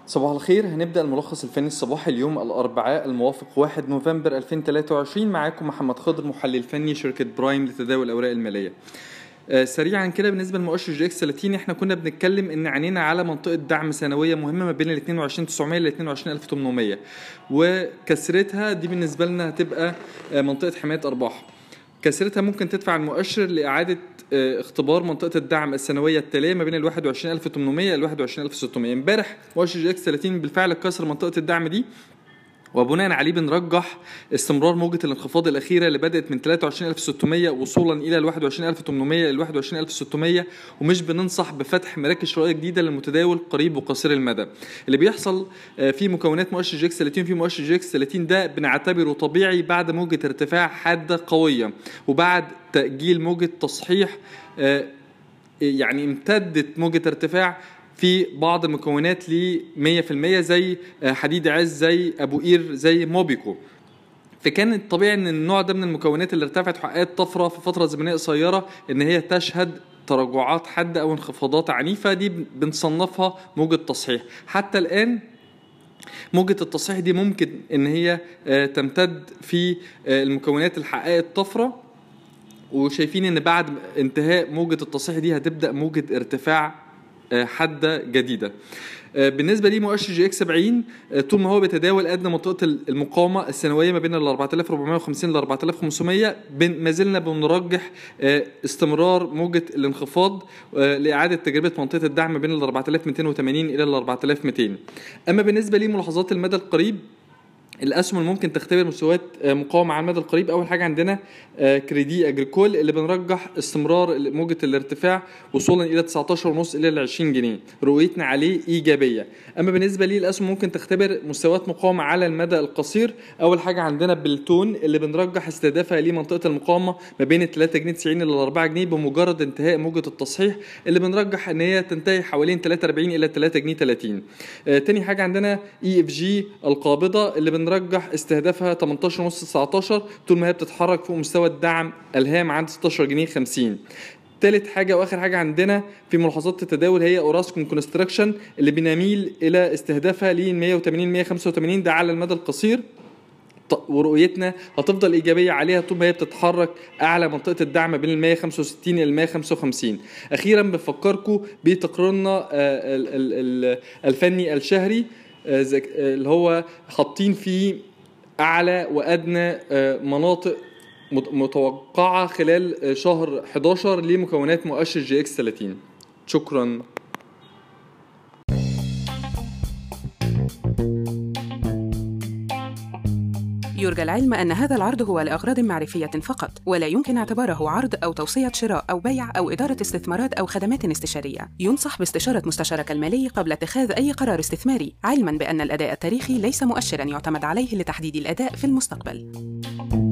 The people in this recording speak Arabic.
صباح الخير. هنبدأ الملخص الفني الصباحي اليوم الأربعاء الموافق 1 نوفمبر 2023. معاكم محمد خضر، محلل فني شركة برايم لتداول الأوراق المالية. سريعا كده بالنسبة لمؤشر جي اكس 30، احنا كنا بنتكلم ان عينينا على منطقة دعم سنوية مهمة ما بين ال 22900 ل 22800، وكسرتها دي بالنسبة لنا هتبقى منطقة حماية أرباح. كسرتها ممكن تدفع المؤشر لإعادة اختبار منطقة الدعم السنوية التالية ما بين ال 21800 ل 21600. امبارح مؤشر جي اكس 30 بالفعل كسر منطقة الدعم دي، وبناء عليه بنرجح استمرار موجة الانخفاض الأخيرة اللي بدأت من 23600 وصولا إلى 21800 ل 21600، ومش بننصح بفتح مراكز شرائية جديدة للمتداول قريب وقصير المدى. اللي بيحصل في مكونات مؤشر جي اكس 30 في مؤشر جي اكس 30 ده بنعتبره طبيعي بعد موجة ارتفاع حادة قوية، وبعد تأجيل موجة تصحيح يعني امتدت موجة ارتفاع في بعض المكونات ل 100% زي حديد عز، زي ابو قير، زي موبيكو. فكان الطبيعي ان النوع ده من المكونات اللي ارتفعت وحققت طفره في فتره زمنيه قصيره ان هي تشهد تراجعات حاده او انخفاضات عنيفه، دي بنصنفها موجه تصحيح. حتى الان موجة التصحيح دي ممكن ان هي تمتد في المكونات اللي حققت طفره، وشايفين ان بعد انتهاء موجة التصحيح دي هتبدأ موجة ارتفاع حادة جديدة. بالنسبة لي مؤشر جي اكس 70 طول ما هو بيتداول أدنى منطقة المقاومة السنوية ما بين ال 4450 ل 4500، ما زلنا بنرجح استمرار موجة الانخفاض لإعادة تجربة منطقة الدعم ما بين ال 4280 إلى ال 4200. أما بالنسبة لي ملاحظات المدى القريب، الاسهم اللي ممكن تختبر مستويات مقاومه على المدى القريب، اول حاجه عندنا كريدي اجريكول اللي بنرجح استمرار موجه الارتفاع وصولا الى 19.5 الى 20 جنيه، رؤيتنا عليه ايجابيه. اما بالنسبه لي الاسهم ممكن تختبر مستويات مقاومه على المدى القصير، اول حاجه عندنا بلتون اللي بنرجح استهدافها لمنطقه المقاومه ما بين 3 جنيه 90 الى 4 جنيه بمجرد انتهاء موجه التصحيح اللي بنرجح ان هي تنتهي حوالين 43 الى 3 جنيه 30. تاني حاجه عندنا اي اف جي القابضه اللي بنرجح استهدافها 18.5 19 طول ما هي بتتحرك فوق مستوى الدعم الهام عند 16 جنيه 50. ثالث حاجه واخر حاجه عندنا في ملاحظات التداول هي اوراسكوم كونستراكشن اللي بنميل الى استهدافها ل 180 185 ده على المدى القصير، ورؤيتنا هتفضل ايجابيه عليها طول ما هي بتتحرك اعلى منطقه الدعم بين ال 165 الى 155. اخيرا بفكركم بتقريرنا الفني الشهري اللي هو حاطين فيه اعلى وادنى مناطق متوقعه خلال شهر 11 لمكونات مؤشر جي اكس 30. شكرا. يرجى العلم أن هذا العرض هو لأغراض معرفية فقط، ولا يمكن اعتباره عرض أو توصية شراء أو بيع أو إدارة استثمارات أو خدمات استشارية. ينصح باستشارة مستشارك المالي قبل اتخاذ أي قرار استثماري، علماً بأن الأداء التاريخي ليس مؤشراً يعتمد عليه لتحديد الأداء في المستقبل.